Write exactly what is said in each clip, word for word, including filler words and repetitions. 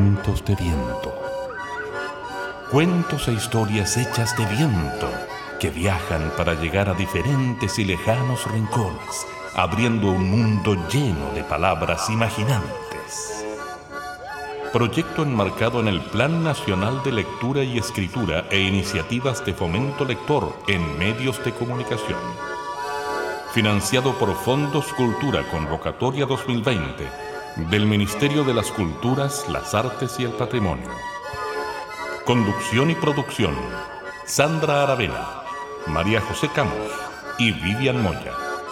Cuentos de viento. Cuentos e historias hechas de viento que viajan para llegar a diferentes y lejanos rincones, abriendo un mundo lleno de palabras imaginantes. Proyecto enmarcado en el Plan Nacional de Lectura y Escritura e Iniciativas de Fomento Lector en Medios de Comunicación. Financiado por Fondos Cultura Convocatoria dos mil veinte del Ministerio de las Culturas, las Artes y el Patrimonio. Conducción y producción: Sandra Aravena, María José Camus y Vivian Moya.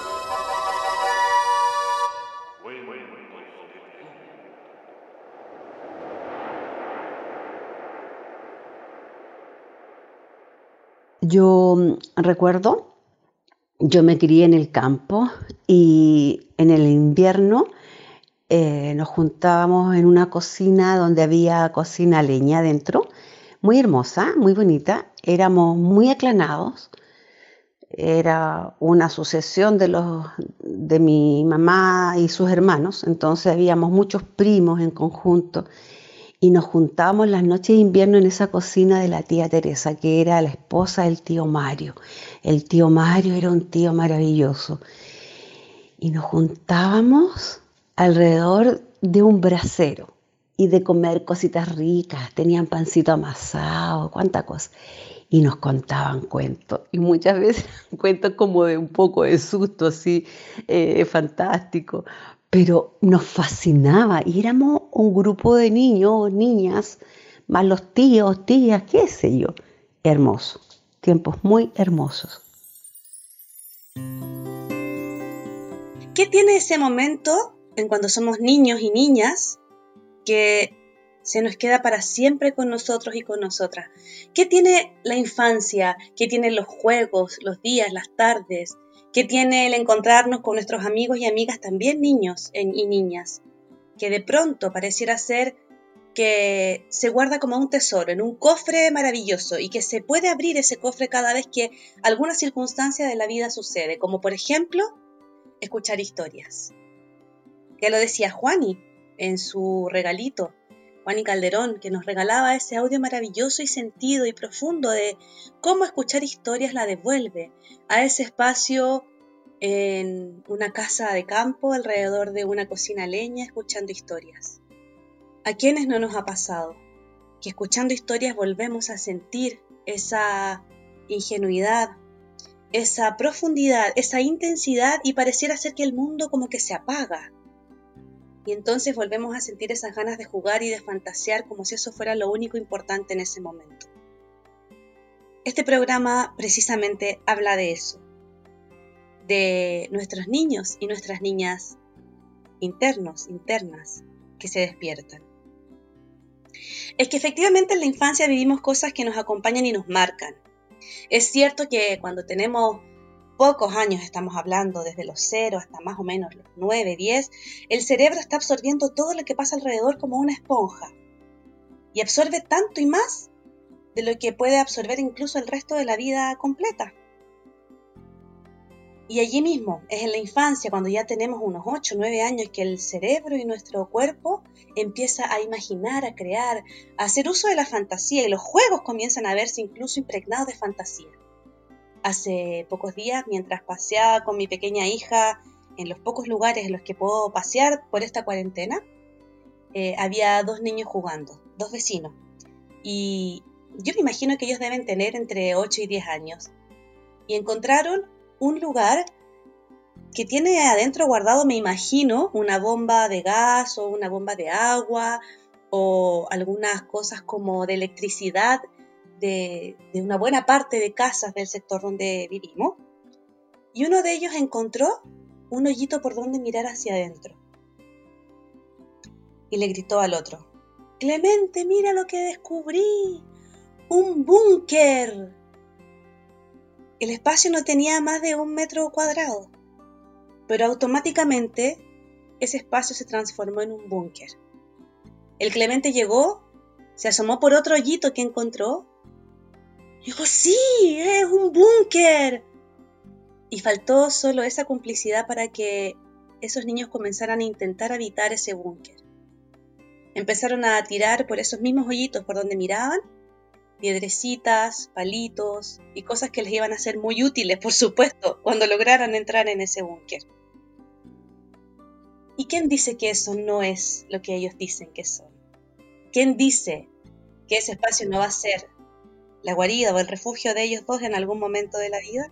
Yo recuerdo, yo me crié en el campo y en el invierno eh, nos juntábamos en una cocina donde había cocina a leña adentro, muy hermosa, muy bonita. Éramos muy aclanados. Era una sucesión de los de mi mamá y sus hermanos, entonces habíamos muchos primos en conjunto y nos juntábamos las noches de invierno en esa cocina de la tía Teresa, que era la esposa del tío Mario. El tío Mario era un tío maravilloso y nos juntábamos alrededor de un brasero y de comer cositas ricas. Tenían pancito amasado, cuánta cosa. Y nos contaban cuentos, y muchas veces cuentos como de un poco de susto, así, eh, fantástico, pero nos fascinaba, y éramos un grupo de niños, niñas, más los tíos, tías, qué sé yo, hermoso, tiempos muy hermosos. ¿Qué tiene ese momento en cuando somos niños y niñas que se nos queda para siempre con nosotros y con nosotras? ¿Qué tiene la infancia? ¿Qué tienen los juegos, los días, las tardes? ¿Qué tiene el encontrarnos con nuestros amigos y amigas también niños y niñas? Que de pronto pareciera ser que se guarda como un tesoro en un cofre maravilloso y que se puede abrir ese cofre cada vez que alguna circunstancia de la vida sucede, como por ejemplo, escuchar historias. Ya lo decía Juani en su regalito, Juani Calderón, que nos regalaba ese audio maravilloso y sentido y profundo de cómo escuchar historias la devuelve a ese espacio en una casa de campo alrededor de una cocina a leña escuchando historias. ¿A quiénes no nos ha pasado? Que escuchando historias volvemos a sentir esa ingenuidad, esa profundidad, esa intensidad y pareciera ser que el mundo como que se apaga. Y entonces volvemos a sentir esas ganas de jugar y de fantasear como si eso fuera lo único importante en ese momento. Este programa precisamente habla de eso, de nuestros niños y nuestras niñas internos, internas, que se despiertan. Es que efectivamente en la infancia vivimos cosas que nos acompañan y nos marcan. Es cierto que cuando tenemos pocos años, estamos hablando desde los cero hasta más o menos los nueve, diez, el cerebro está absorbiendo todo lo que pasa alrededor como una esponja y absorbe tanto y más de lo que puede absorber incluso el resto de la vida completa. Y allí mismo, es en la infancia, cuando ya tenemos unos ocho, nueve años, que el cerebro y nuestro cuerpo empieza a imaginar, a crear, a hacer uso de la fantasía y los juegos comienzan a verse incluso impregnados de fantasía. Hace pocos días, mientras paseaba con mi pequeña hija en los pocos lugares en los que puedo pasear por esta cuarentena, eh, había dos niños jugando, dos vecinos. Y yo me imagino que ellos deben tener entre ocho y diez años. Y encontraron un lugar que tiene adentro guardado, me imagino, una bomba de gas o una bomba de agua o algunas cosas como de electricidad de, de una buena parte de casas del sector donde vivimos. Y uno de ellos encontró un hoyito por donde mirar hacia adentro. Y le gritó al otro: «Clemente, mira lo que descubrí, un búnker». El espacio no tenía más de un metro cuadrado, pero automáticamente ese espacio se transformó en un búnker. El Clemente llegó, se asomó por otro hoyito que encontró, y dijo: «¡Sí, es un búnker!». Y faltó solo esa complicidad para que esos niños comenzaran a intentar habitar ese búnker. empezaron a tirar por esos mismos hoyitos por donde miraban, piedrecitas, palitos y cosas que les iban a ser muy útiles, por supuesto, cuando lograran entrar en ese búnker. ¿Y quién dice que eso no es lo que ellos dicen que son? ¿Quién dice que ese espacio no va a ser la guarida o el refugio de ellos dos en algún momento de la vida?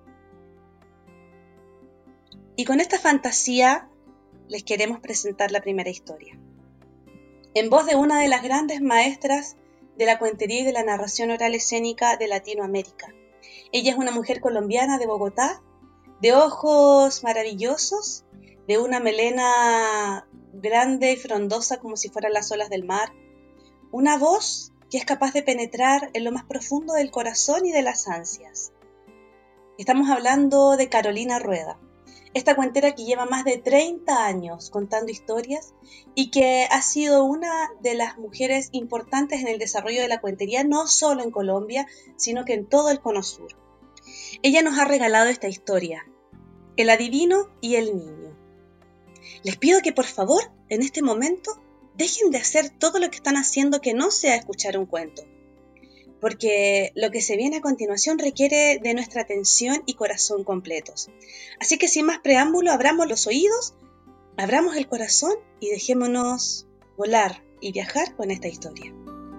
Y con esta fantasía les queremos presentar la primera historia, en voz de una de las grandes maestras de la cuentería y de la narración oral escénica de Latinoamérica. Ella es una mujer colombiana de Bogotá, de ojos maravillosos, de una melena grande y frondosa como si fueran las olas del mar, una voz que es capaz de penetrar en lo más profundo del corazón y de las ansias. Estamos hablando de Carolina Rueda, esta cuentera que lleva más de treinta años contando historias y que ha sido una de las mujeres importantes en el desarrollo de la cuentería, no solo en Colombia, sino que en todo el Cono Sur. Ella nos ha regalado esta historia, El adivino y el niño. Les pido que por favor, en este momento, dejen de hacer todo lo que están haciendo que no sea escuchar un cuento, porque lo que se viene a continuación requiere de nuestra atención y corazón completos. Así que sin más preámbulo, abramos los oídos, abramos el corazón y dejémonos volar y viajar con esta historia.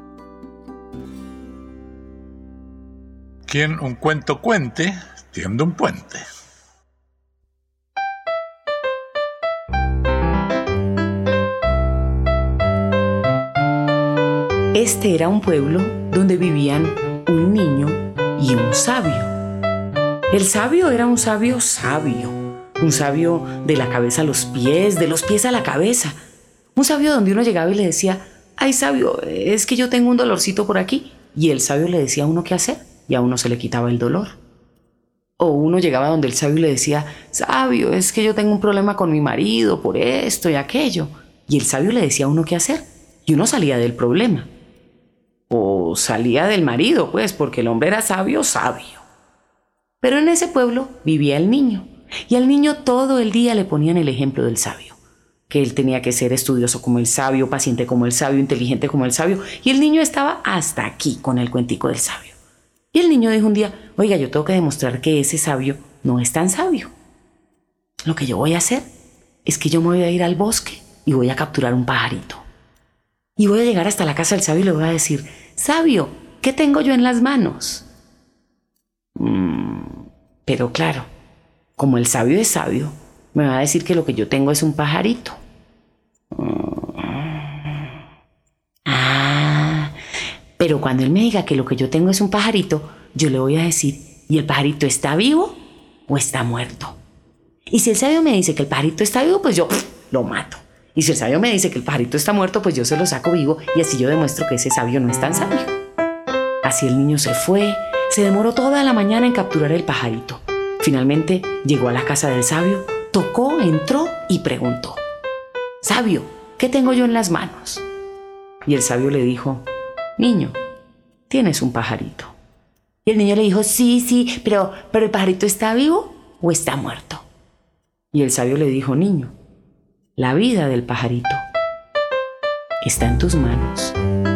Quien un cuento cuente, tiende un puente. Este era un pueblo donde vivían un niño y un sabio. El sabio era un sabio sabio, un sabio de la cabeza a los pies, de los pies a la cabeza. Un sabio donde uno llegaba y le decía, ay sabio, es que yo tengo un dolorcito por aquí. Y el sabio le decía a uno qué hacer y a uno se le quitaba el dolor. O uno llegaba donde el sabio le decía, sabio, es que yo tengo un problema con mi marido por esto y aquello. Y el sabio le decía a uno qué hacer y uno salía del problema. O salía del marido, pues, porque el hombre era sabio, sabio. Pero en ese pueblo vivía el niño, y al niño todo el día le ponían el ejemplo del sabio, que él tenía que ser estudioso como el sabio, paciente como el sabio, inteligente como el sabio, y el niño estaba hasta aquí con el cuentico del sabio. Y el niño dijo un día, oiga, yo tengo que demostrar que ese sabio no es tan sabio. Lo que yo voy a hacer es que yo me voy a ir al bosque y voy a capturar un pajarito. Y voy a llegar hasta la casa del sabio y le voy a decir, sabio, ¿qué tengo yo en las manos? Mm, pero claro, como el sabio es sabio, me va a decir que lo que yo tengo es un pajarito. Mm, ah, pero cuando él me diga que lo que yo tengo es un pajarito, yo le voy a decir, ¿y el pajarito está vivo o está muerto? Y si el sabio me dice que el pajarito está vivo, pues yo pff, lo mato. Y si el sabio me dice que el pajarito está muerto, pues yo se lo saco vivo y así yo demuestro que ese sabio no es tan sabio. Así el niño se fue, se demoró toda la mañana en capturar el pajarito. Finalmente llegó a la casa del sabio, tocó, entró y preguntó, sabio, ¿qué tengo yo en las manos? Y el sabio le dijo, niño, tienes un pajarito. Y el niño le dijo, sí, sí, pero, pero ¿el pajarito está vivo o está muerto? Y el sabio le dijo, niño, la vida del pajarito está en tus manos.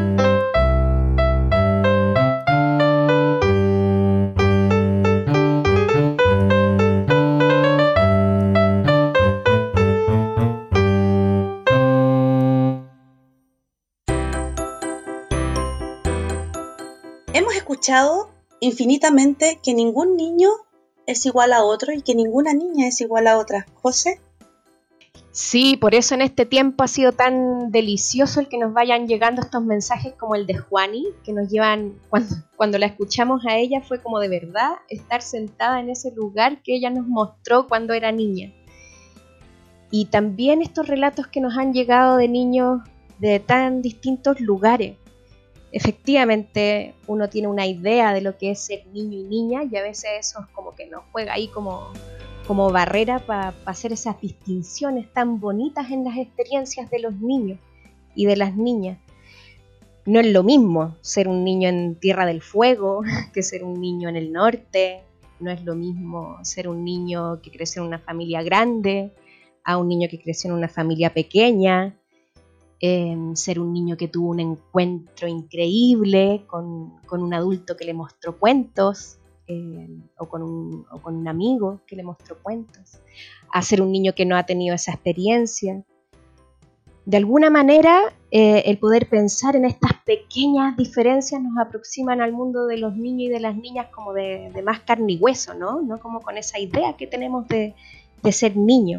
Hemos escuchado infinitamente que ningún niño es igual a otro y que ninguna niña es igual a otra. ¿José? Sí, por eso en este tiempo ha sido tan delicioso el que nos vayan llegando estos mensajes como el de Juani, que nos llevan, cuando, cuando la escuchamos a ella fue como de verdad estar sentada en ese lugar que ella nos mostró cuando era niña. Y también estos relatos que nos han llegado de niños de tan distintos lugares. Efectivamente, uno tiene una idea de lo que es ser niño y niña y a veces eso es como que nos juega ahí como... como barrera para pa hacer esas distinciones tan bonitas en las experiencias de los niños y de las niñas. No es lo mismo ser un niño en Tierra del Fuego que ser un niño en el norte. No es lo mismo ser un niño que creció en una familia grande a un niño que creció en una familia pequeña. eh, ser un niño que tuvo un encuentro increíble con, con un adulto que le mostró cuentos, eh, o, con un, o con un amigo que le mostró cuentos, a ser un niño que no ha tenido esa experiencia. De alguna manera, eh, el poder pensar en estas pequeñas diferencias nos aproximan al mundo de los niños y de las niñas como de, de más carne y hueso, ¿no? No como con esa idea que tenemos de, de ser niño.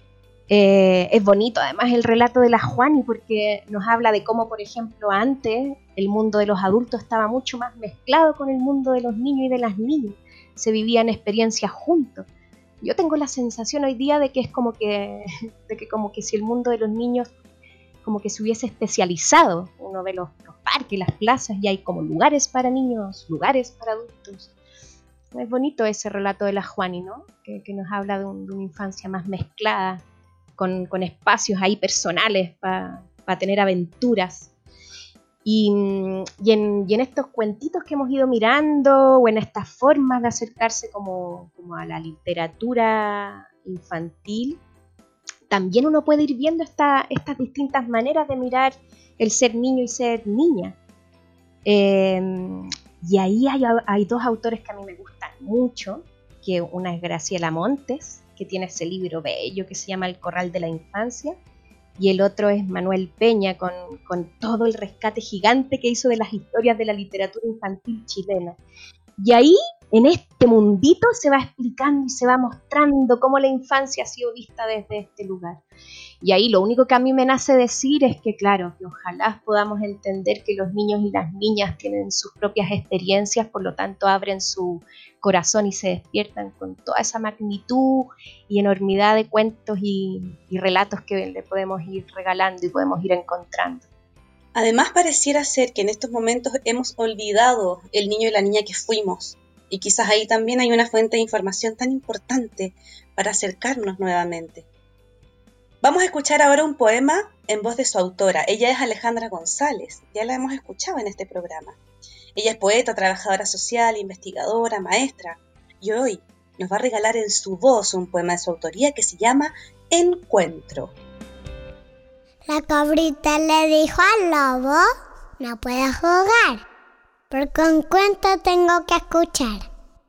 Eh, es bonito además el relato de la Juani, porque nos habla de cómo, por ejemplo, antes el mundo de los adultos estaba mucho más mezclado con el mundo de los niños y de las niñas. Se vivían experiencias juntos. Yo tengo la sensación hoy día de que es como que, de que, como que si el mundo de los niños como que se hubiese especializado. Uno ve los, los parques, las plazas, y hay como lugares para niños, lugares para adultos. Es bonito ese relato de la Juani, ¿no? Que, que nos habla de, un, de una infancia más mezclada, con, con espacios ahí personales para pa tener aventuras. Y, y, en, y en estos cuentitos que hemos ido mirando, o en estas formas de acercarse como, como a la literatura infantil, también uno puede ir viendo esta, estas distintas maneras de mirar el ser niño y ser niña. Eh, y ahí hay, hay dos autores que a mí me gustan mucho, que una es Graciela Montes, que tiene ese libro bello que se llama El Corral de la Infancia, y el otro es Manuel Peña, con, con todo el rescate gigante que hizo de las historias de la literatura infantil chilena. Y ahí, en este mundito, se va explicando y se va mostrando cómo la infancia ha sido vista desde este lugar. Y ahí lo único que a mí me nace decir es que, claro, que ojalá podamos entender que los niños y las niñas tienen sus propias experiencias, por lo tanto abren su corazón y se despiertan con toda esa magnitud y enormidad de cuentos y, y relatos que le podemos ir regalando y podemos ir encontrando. Además, pareciera ser que en estos momentos hemos olvidado el niño y la niña que fuimos, y quizás ahí también hay una fuente de información tan importante para acercarnos nuevamente. Vamos a escuchar ahora un poema en voz de su autora. Ella es Alejandra González, ya la hemos escuchado en este programa. Ella es poeta, trabajadora social, investigadora, maestra, y hoy nos va a regalar en su voz un poema de su autoría que se llama Encuentro. La cabrita le dijo al lobo: no puedo jugar, porque un cuento tengo que escuchar.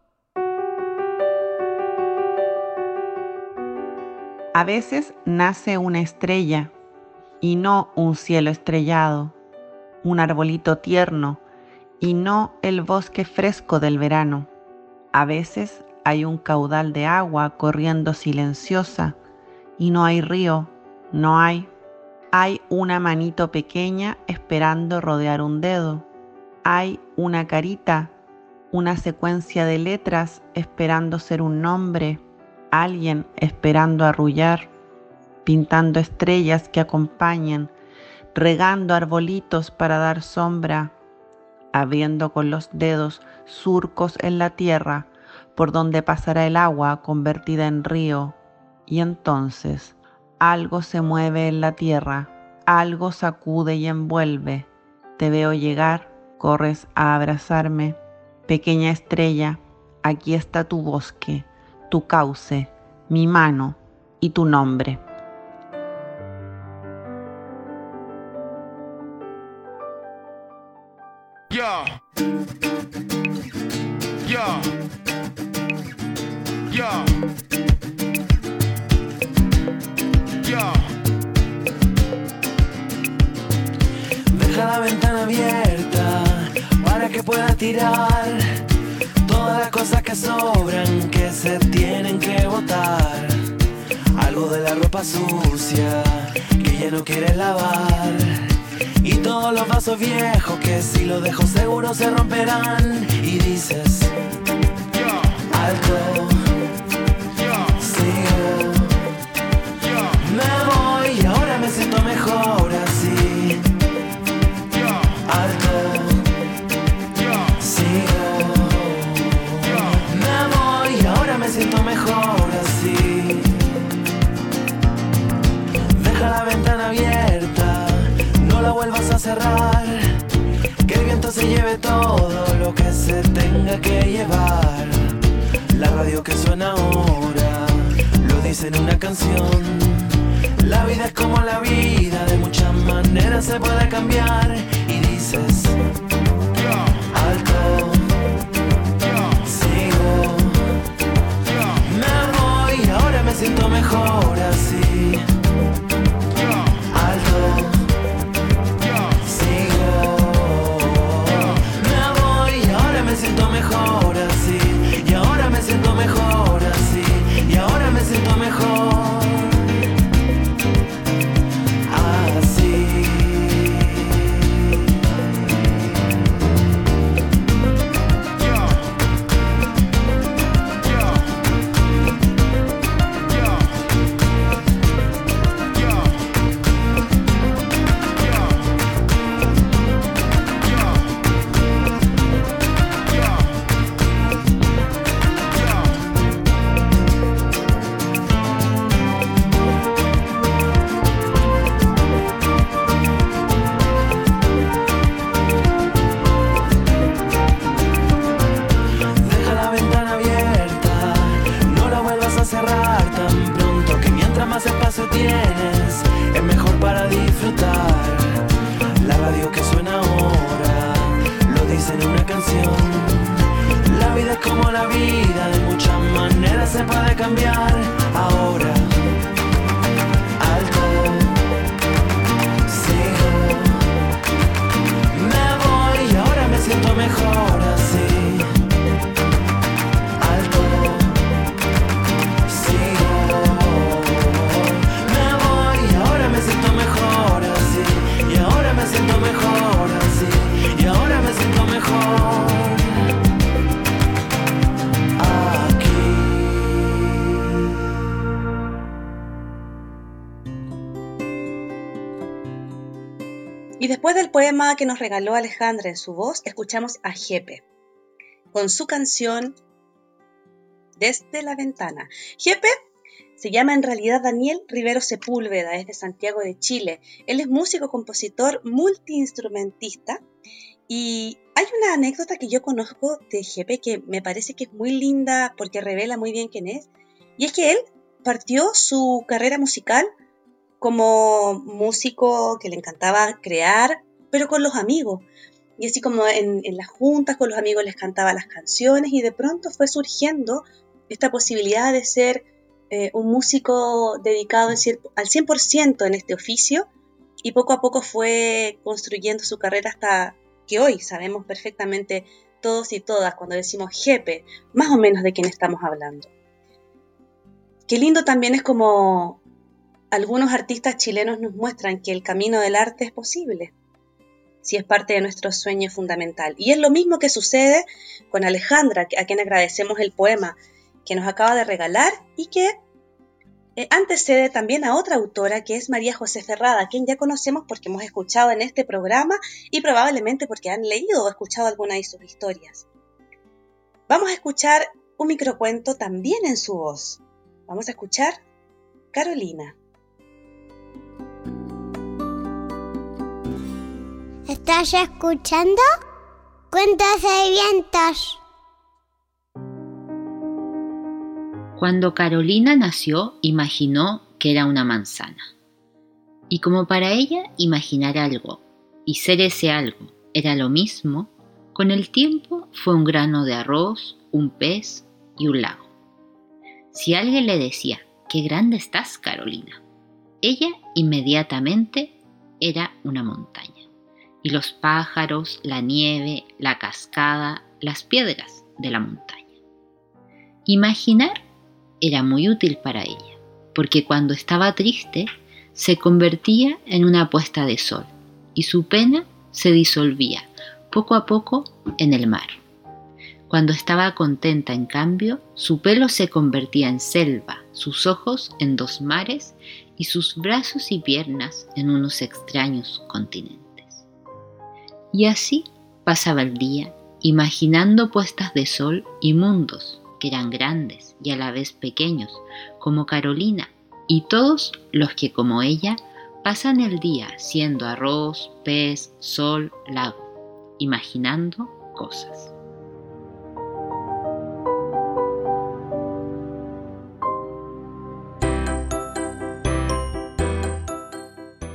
A veces nace una estrella y no un cielo estrellado, un arbolito tierno y no el bosque fresco del verano. A veces hay un caudal de agua corriendo silenciosa y no hay río, no hay. Hay una manito pequeña esperando rodear un dedo. Hay una carita, una secuencia de letras esperando ser un nombre. Alguien esperando arrullar, pintando estrellas que acompañan, regando arbolitos para dar sombra, abriendo con los dedos surcos en la tierra por donde pasará el agua convertida en río. Y entonces algo se mueve en la tierra, algo sacude y envuelve. Te veo llegar, corres a abrazarme. Pequeña estrella, aquí está tu bosque, tu cauce, mi mano y tu nombre. Yo. Yo. Yo. Yo. Deja la ventana abierta para que puedas tirar todas las cosas que sobran, que se tienen que botar. Algo de la ropa sucia que ya no quieres lavar, y todos los vasos viejos que si los dejo seguro se romperán. Y dices: alto, sigo, me voy y ahora me siento mejor así. Alto, sigo, me voy y ahora me siento mejor así. Deja la ventana abierta, no la vuelvas a cerrar, que el viento se lleve todo lo que se tenga que llevar. La radio que suena ahora lo dice en una canción. La vida es como la vida de muchas maneras. manera se puede cambiar. Y dices, alto, sigo, me voy, ahora me siento mejor así. Alto, sigo, me voy, ahora me siento mejor así. Y ahora me siento mejor así. Y ahora me siento mejor. Y después del poema que nos regaló Alejandra en su voz, escuchamos a Jepe con su canción Desde la Ventana. Jepe se llama en realidad Daniel Rivero Sepúlveda, es de Santiago de Chile. Él es músico, compositor, multiinstrumentista. Y hay una anécdota que yo conozco de Jepe que me parece que es muy linda porque revela muy bien quién es. Y es que él partió su carrera musical como músico que le encantaba crear, pero con los amigos. Y así como en, en las juntas con los amigos les cantaba las canciones y de pronto fue surgiendo esta posibilidad de ser eh, un músico dedicado al cien por ciento en este oficio y poco a poco fue construyendo su carrera hasta que hoy sabemos perfectamente todos y todas cuando decimos Jepe, más o menos de quién estamos hablando. Qué lindo también es como algunos artistas chilenos nos muestran que el camino del arte es posible, si es parte de nuestro sueño fundamental. Y es lo mismo que sucede con Alejandra, a quien agradecemos el poema que nos acaba de regalar y que eh, antecede también a otra autora que es María José Ferrada, a quien ya conocemos porque hemos escuchado en este programa y probablemente porque han leído o escuchado alguna de sus historias. Vamos a escuchar un microcuento también en su voz. Vamos a escuchar Carolina. ¿Estás escuchando? Cuentos de vientos. Cuando Carolina nació, imaginó que era una manzana. Y como para ella imaginar algo y ser ese algo era lo mismo, con el tiempo fue un grano de arroz, un pez y un lago. Si alguien le decía, «¡Qué grande estás, Carolina!», ella inmediatamente era una montaña. Y los pájaros, la nieve, la cascada, las piedras de la montaña. Imaginar era muy útil para ella, porque cuando estaba triste se convertía en una puesta de sol y su pena se disolvía poco a poco en el mar. Cuando estaba contenta, en cambio, su pelo se convertía en selva, sus ojos en dos mares y sus brazos y piernas en unos extraños continentes. Y así pasaba el día, imaginando puestas de sol y mundos que eran grandes y a la vez pequeños, como Carolina y todos los que, como ella, pasan el día siendo arroz, pez, sol, lago, imaginando cosas.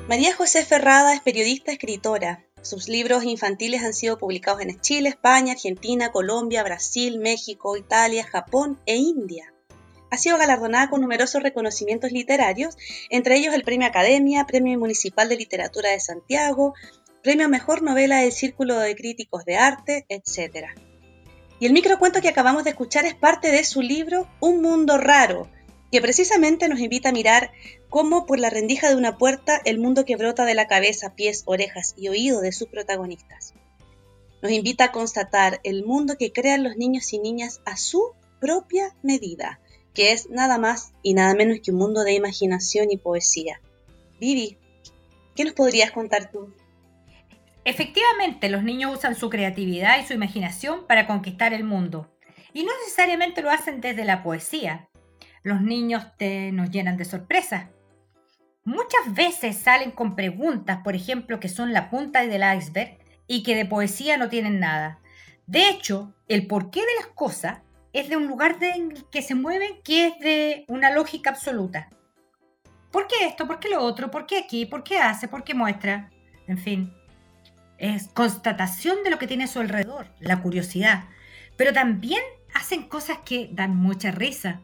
María José Ferrada es periodista, escritora. Sus libros infantiles han sido publicados en Chile, España, Argentina, Colombia, Brasil, México, Italia, Japón e India. Ha sido galardonada con numerosos reconocimientos literarios, entre ellos el Premio Academia, Premio Municipal de Literatura de Santiago, Premio a Mejor Novela del Círculo de Críticos de Arte, etcétera. Y el microcuento que acabamos de escuchar es parte de su libro Un Mundo Raro, que precisamente nos invita a mirar cómo por la rendija de una puerta el mundo que brota de la cabeza, pies, orejas y oídos de sus protagonistas. Nos invita a constatar el mundo que crean los niños y niñas a su propia medida, que es nada más y nada menos que un mundo de imaginación y poesía. Vivi, ¿qué nos podrías contar tú? Efectivamente, los niños usan su creatividad y su imaginación para conquistar el mundo. Y no necesariamente lo hacen desde la poesía. Los niños te, nos llenan de sorpresas. Muchas veces salen con preguntas, por ejemplo, que son la punta del iceberg y que de poesía no tienen nada. De hecho, el porqué de las cosas es de un lugar en el que se mueven que es de una lógica absoluta. ¿Por qué esto? ¿Por qué lo otro? ¿Por qué aquí? ¿Por qué hace? ¿Por qué muestra? En fin, es constatación de lo que tiene a su alrededor, la curiosidad. Pero también hacen cosas que dan mucha risa.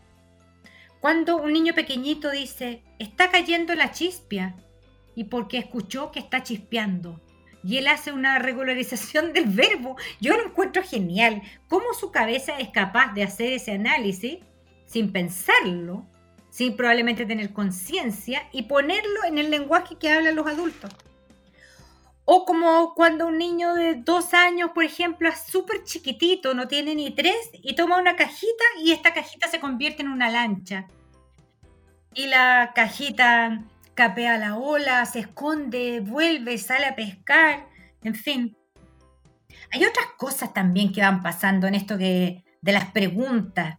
Cuando un niño pequeñito dice, está cayendo la chispia, y porque escuchó que está chispeando, y él hace una regularización del verbo, yo lo encuentro genial. Cómo su cabeza es capaz de hacer ese análisis sin pensarlo, sin probablemente tener conciencia, y ponerlo en el lenguaje que hablan los adultos. O como cuando un niño de dos años, por ejemplo, es súper chiquitito, no tiene ni tres, y toma una cajita y esta cajita se convierte en una lancha. Y la cajita capea la ola, se esconde, vuelve, sale a pescar, en fin. Hay otras cosas también que van pasando en esto que, de las preguntas.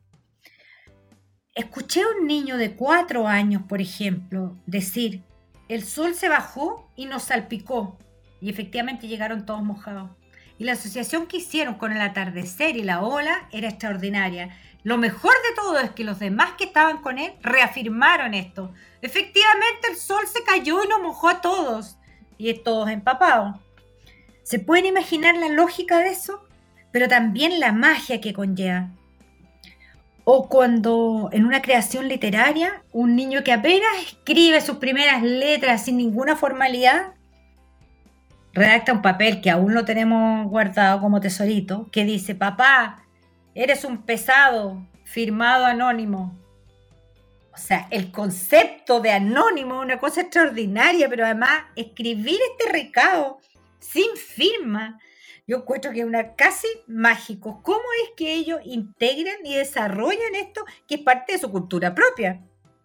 Escuché a un niño de cuatro años, por ejemplo, decir, el sol se bajó y nos salpicó. Y efectivamente llegaron todos mojados. Y la asociación que hicieron con el atardecer y la ola era extraordinaria. Lo mejor de todo es que los demás que estaban con él reafirmaron esto. Efectivamente el sol se cayó y nos mojó a todos. Y todos empapados. ¿Se pueden imaginar la lógica de eso? Pero también la magia que conlleva. O cuando en una creación literaria, un niño que apenas escribe sus primeras letras sin ninguna formalidad, redacta un papel que aún lo tenemos guardado como tesorito, que dice, papá, eres un pesado, firmado anónimo. O sea, el concepto de anónimo es una cosa extraordinaria, pero además escribir este recado sin firma, yo encuentro que es una casi mágico. ¿Cómo es que ellos integran y desarrollan esto que es parte de su cultura propia?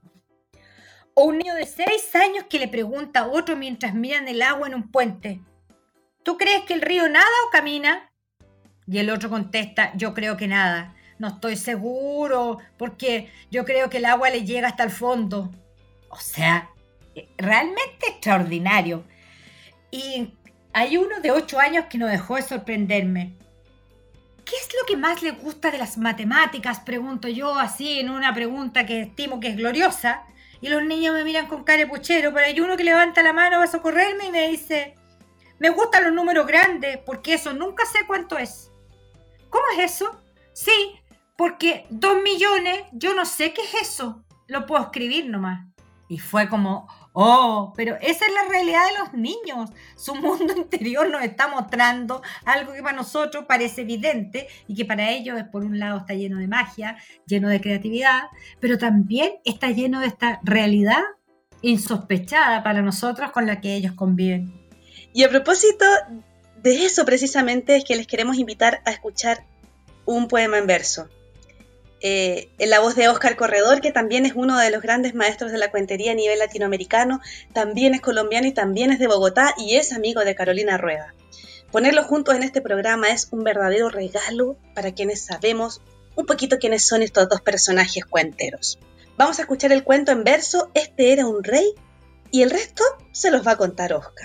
O un niño de seis años que le pregunta a otro mientras miran el agua en un puente, ¿tú crees que el río nada o camina? Y el otro contesta, yo creo que nada. No estoy seguro, porque yo creo que el agua le llega hasta el fondo. O sea, realmente extraordinario. Y hay uno de ocho años que no dejó de sorprenderme. ¿Qué es lo que más le gusta de las matemáticas? Pregunto yo así en una pregunta que estimo que es gloriosa. Y los niños me miran con cara de puchero, pero hay uno que levanta la mano, va a socorrerme y me dice... Me gustan los números grandes, porque eso nunca sé cuánto es. ¿Cómo es eso? Sí, porque dos millones, yo no sé qué es eso. Lo puedo escribir nomás. Y fue como, oh, pero esa es la realidad de los niños. Su mundo interior nos está mostrando algo que para nosotros parece evidente y que para ellos, es, por un lado, está lleno de magia, lleno de creatividad, pero también está lleno de esta realidad insospechada para nosotros con la que ellos conviven. Y a propósito de eso precisamente es que les queremos invitar a escuchar un poema en verso. Eh, en la voz de Óscar Corredor, que también es uno de los grandes maestros de la cuentería a nivel latinoamericano, también es colombiano y también es de Bogotá y es amigo de Carolina Rueda. Ponerlos juntos en este programa es un verdadero regalo para quienes sabemos un poquito quiénes son estos dos personajes cuenteros. Vamos a escuchar el cuento en verso, Este era un rey, y el resto se los va a contar Óscar.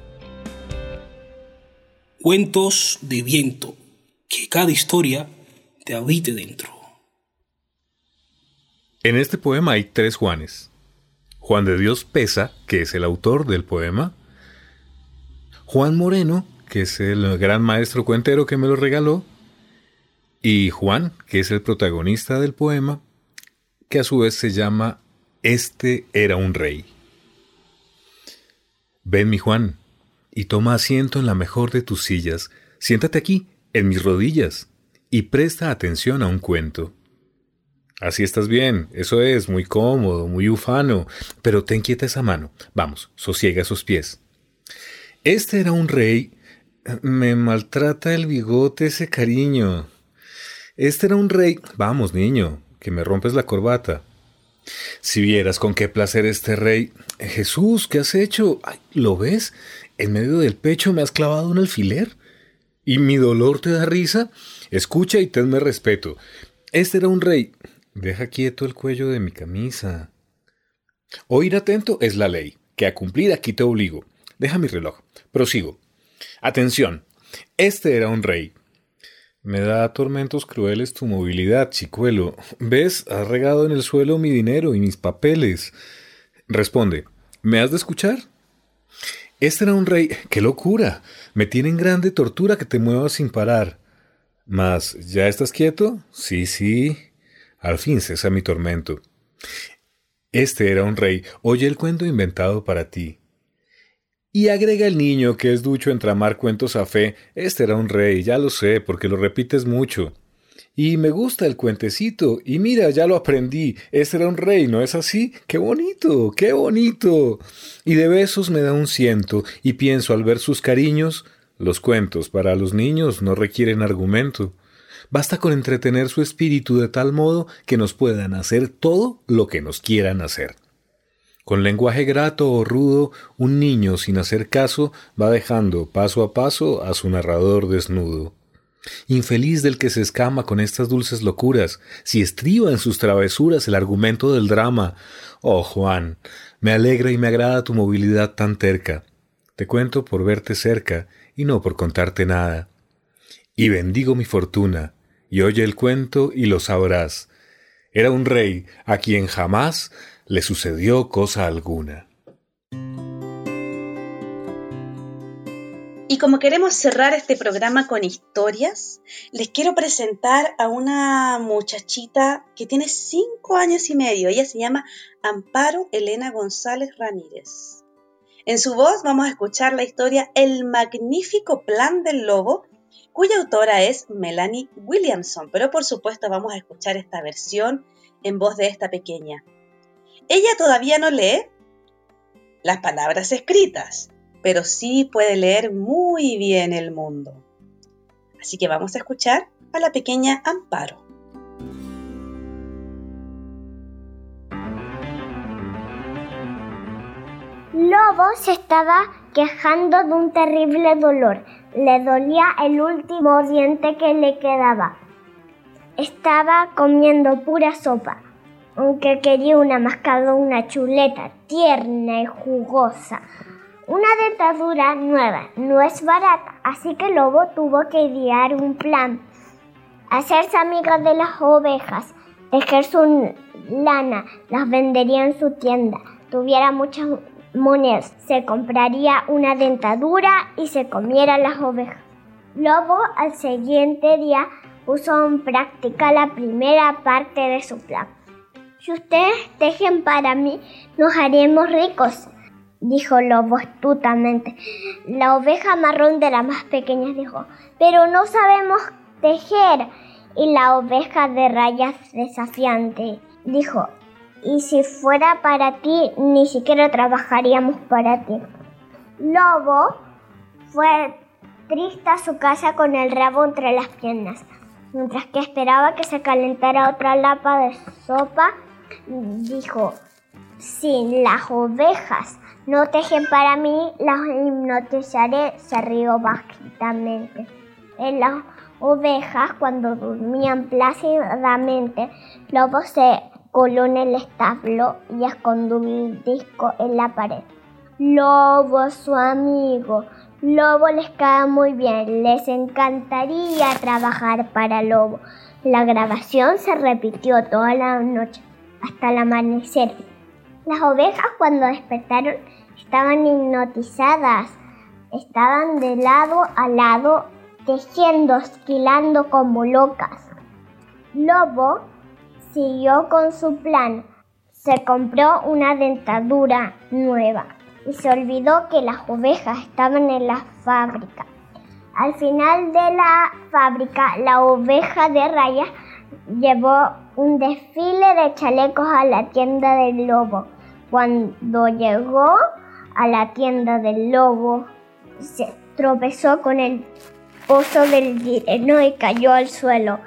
Cuentos de viento, que cada historia te habite dentro. En este poema hay tres Juanes. Juan de Dios Pesa, que es el autor del poema, Juan Moreno, que es el gran maestro cuentero que me lo regaló, y Juan, que es el protagonista del poema, que a su vez se llama Este era un rey. Ven, mi Juan, y toma asiento en la mejor de tus sillas. Siéntate aquí, en mis rodillas, y presta atención a un cuento. Así estás bien, eso es, muy cómodo, muy ufano, pero ten quieta esa mano. Vamos, sosiega esos pies. Este era un rey. Me maltrata el bigote ese cariño. Este era un rey. Vamos, niño, que me rompes la corbata. Si vieras con qué placer este rey. Jesús, ¿qué has hecho? Ay, ¿lo ves? En medio del pecho me has clavado un alfiler. ¿Y mi dolor te da risa? Escucha y tenme respeto. Este era un rey. Deja quieto el cuello de mi camisa. Oír atento es la ley, que a cumplir aquí te obligo. Deja mi reloj. Prosigo. Atención. Este era un rey. Me da tormentos crueles tu movilidad, chicuelo. ¿Ves? Has regado en el suelo mi dinero y mis papeles. Responde. ¿Me has de escuchar? Este era un rey. ¡Qué locura! Me tiene en grande tortura que te muevas sin parar. Mas, ¿ya estás quieto? Sí, sí. Al fin cesa mi tormento. Este era un rey. Oye el cuento inventado para ti. Y agrega el niño que es ducho en tramar cuentos a fe. Este era un rey, ya lo sé, porque lo repites mucho. Y me gusta el cuentecito. Y mira, ya lo aprendí. Este era un rey, ¿no es así? ¡Qué bonito! ¡Qué bonito! Y de besos me da un ciento. Y pienso al ver sus cariños, los cuentos para los niños no requieren argumento. Basta con entretener su espíritu de tal modo que nos puedan hacer todo lo que nos quieran hacer. Con lenguaje grato o rudo, un niño sin hacer caso va dejando paso a paso a su narrador desnudo. Infeliz del que se escama con estas dulces locuras, si estriba en sus travesuras el argumento del drama. Oh, Juan, me alegra y me agrada tu movilidad tan terca. Te cuento por verte cerca y no por contarte nada. Y bendigo mi fortuna, y oye el cuento y lo sabrás. Era un rey a quien jamás le sucedió cosa alguna. Y como queremos cerrar este programa con historias, les quiero presentar a una muchachita que tiene cinco años y medio. Ella se llama Amparo Elena González Ramírez. En su voz vamos a escuchar la historia El magnífico plan del lobo, cuya autora es Melanie Williamson, pero por supuesto vamos a escuchar esta versión en voz de esta pequeña. Ella todavía no lee las palabras escritas, pero sí puede leer muy bien el mundo. Así que vamos a escuchar a la pequeña Amparo. Lobo se estaba quejando de un terrible dolor. Le dolía el último diente que le quedaba. Estaba comiendo pura sopa, aunque quería una mascada, una chuleta tierna y jugosa. Una dentadura nueva no es barata, así que Lobo tuvo que idear un plan. Hacerse amigo de las ovejas, tejer su lana, las vendería en su tienda. Tuviera muchas monedas, se compraría una dentadura y se comiera las ovejas. Lobo al siguiente día puso en práctica la primera parte de su plan. Si ustedes tejen para mí, nos haremos ricos, dijo Lobo astutamente. La oveja marrón de las más pequeñas dijo, pero no sabemos tejer. Y la oveja de rayas desafiante dijo, y si fuera para ti, ni siquiera trabajaríamos para ti. Lobo fue triste a su casa con el rabo entre las piernas. Mientras que esperaba que se calentara otra lapa de sopa, dijo, si las ovejas no tejen para mí, las hipnotizaré. Se rió bajitamente. En las ovejas, cuando dormían plácidamente, Lobo se coló en el establo y escondió un disco en la pared. Lobo, su amigo. Lobo les cae muy bien, les encantaría trabajar para Lobo. La grabación se repitió toda la noche hasta el amanecer. Las ovejas cuando despertaron estaban hipnotizadas. Estaban de lado a lado, tejiendo, esquilando como locas. Lobo siguió con su plan. Se compró una dentadura nueva y se olvidó que las ovejas estaban en la fábrica. Al final de la fábrica, la oveja de rayas llevó un desfile de chalecos a la tienda del lobo. Cuando llegó a la tienda del lobo, se tropezó con el pozo del dinero y cayó al suelo.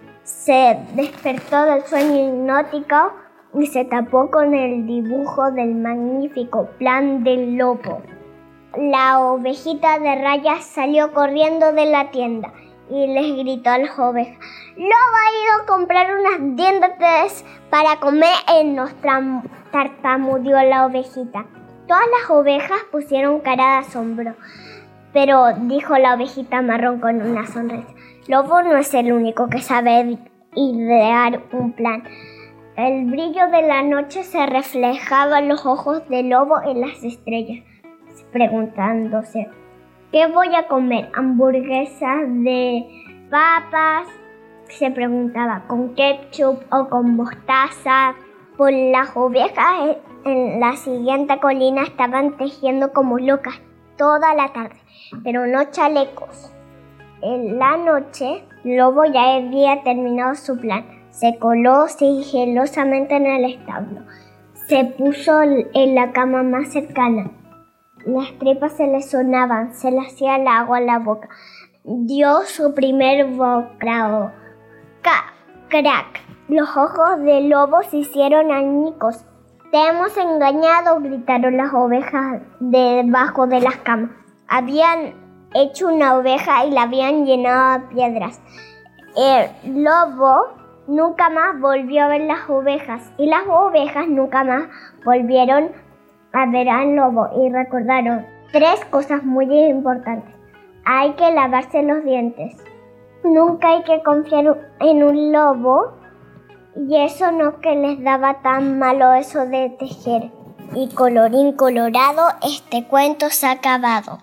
Se despertó del sueño hipnótico y se tapó con el dibujo del magnífico plan del lobo. La ovejita de rayas salió corriendo de la tienda y les gritó a las ovejas: «Lobo ha ido a comprar unas dientes para comer y nos tartamudeó la ovejita». Todas las ovejas pusieron cara de asombro, pero dijo la ovejita marrón con una sonrisa: «Lobo no es el único que sabe idear un plan». El brillo de la noche se reflejaba en los ojos del lobo en las estrellas, preguntándose: ¿qué voy a comer? ¿Hamburguesas de papas?, se preguntaba, ¿con ketchup o con mostaza? Por las ovejas en la siguiente colina estaban tejiendo como locas toda la tarde, pero no chalecos. En la noche, Lobo ya había terminado su plan. Se coló sigilosamente en el establo. Se puso en la cama más cercana. Las tripas se le sonaban, se le hacía el agua a la boca. Dio su primer bocado. ¡Ca! ¡Crack! Los ojos del lobo se hicieron añicos. «Te hemos engañado», gritaron las ovejas debajo de las camas. Habían hecho una oveja y la habían llenado de piedras. El lobo nunca más volvió a ver las ovejas y las ovejas nunca más volvieron a ver al lobo y recordaron tres cosas muy importantes. Hay que lavarse los dientes. Nunca hay que confiar en un lobo. Y eso no que les daba tan malo eso de tejer. Y colorín colorado, este cuento se ha acabado.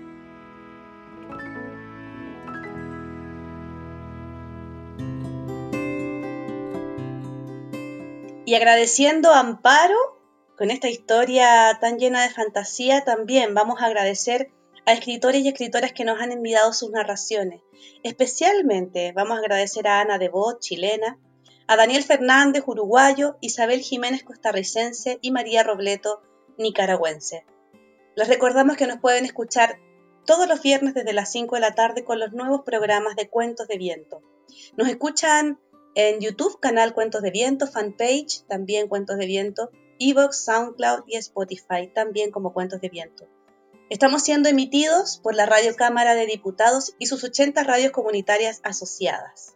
Y agradeciendo a Amparo con esta historia tan llena de fantasía, también vamos a agradecer a escritores y escritoras que nos han enviado sus narraciones. Especialmente vamos a agradecer a Ana Debot, chilena, a Daniel Fernández, uruguayo, Isabel Jiménez, costarricense, y María Robleto, nicaragüense. Les recordamos que nos pueden escuchar todos los viernes desde las cinco de la tarde con los nuevos programas de Cuentos de Viento. Nos escuchan en YouTube, canal Cuentos de Viento, fanpage, también Cuentos de Viento, iVoox, SoundCloud y Spotify, también como Cuentos de Viento. Estamos siendo emitidos por la Radio Cámara de Diputados y sus ochenta radios comunitarias asociadas.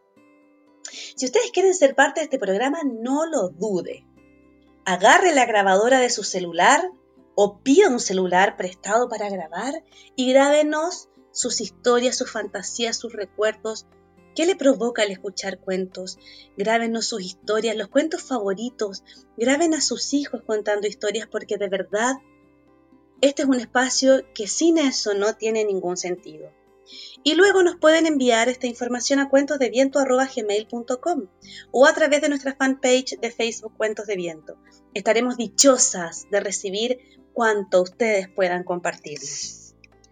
Si ustedes quieren ser parte de este programa, no lo dude. Agarre la grabadora de su celular o pida un celular prestado para grabar y grábenos sus historias, sus fantasías, sus recuerdos. ¿Qué le provoca el escuchar cuentos? Grábenos sus historias, los cuentos favoritos. Graben a sus hijos contando historias porque de verdad este es un espacio que sin eso no tiene ningún sentido. Y luego nos pueden enviar esta información a cuentosdeviento arroba gmail punto com o a través de nuestra fanpage de Facebook Cuentos de Viento. Estaremos dichosas de recibir cuanto ustedes puedan compartirnos.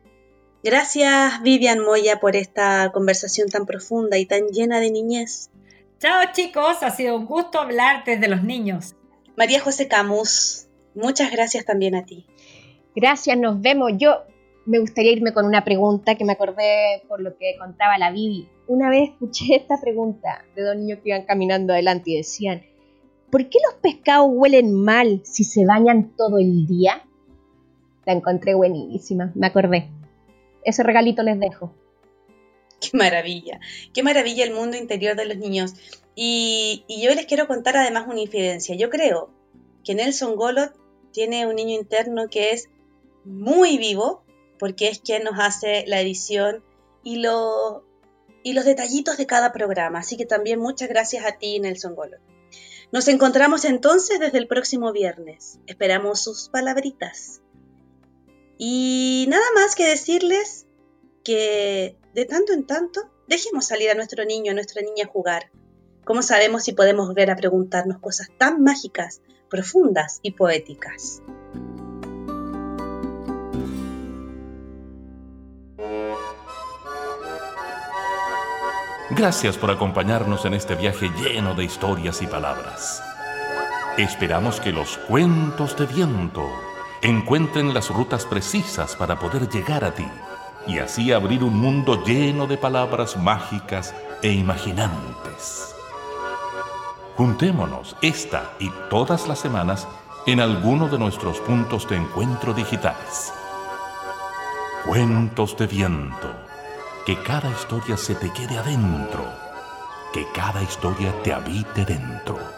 Gracias, Vivian Moya, por esta conversación tan profunda y tan llena de niñez. Chao, chicos, ha sido un gusto hablar desde los niños. María José Camus, muchas gracias también a ti. Gracias, nos vemos. Yo me gustaría irme con una pregunta que me acordé por lo que contaba la Vivi. Una vez escuché esta pregunta de dos niños que iban caminando adelante y decían: ¿por qué los pescados huelen mal si se bañan todo el día? La encontré buenísima, me acordé. Ese regalito les dejo. Qué maravilla, qué maravilla el mundo interior de los niños. Y, y yo les quiero contar además una infidencia. Yo creo que Nelson Golod tiene un niño interno que es muy vivo, porque es quien nos hace la edición y, lo, y los detallitos de cada programa. Así que también muchas gracias a ti, Nelson Golod. Nos encontramos entonces desde el próximo viernes. Esperamos sus palabritas. Y nada más que decirles que de tanto en tanto dejemos salir a nuestro niño, a nuestra niña a jugar. ¿Cómo sabemos si podemos volver a preguntarnos cosas tan mágicas, profundas y poéticas? Gracias por acompañarnos en este viaje lleno de historias y palabras. Esperamos que los cuentos de viento encuentren las rutas precisas para poder llegar a ti y así abrir un mundo lleno de palabras mágicas e imaginantes. Juntémonos esta y todas las semanas en alguno de nuestros puntos de encuentro digitales. Cuentos de viento. Que cada historia se te quede adentro. Que cada historia te habite dentro.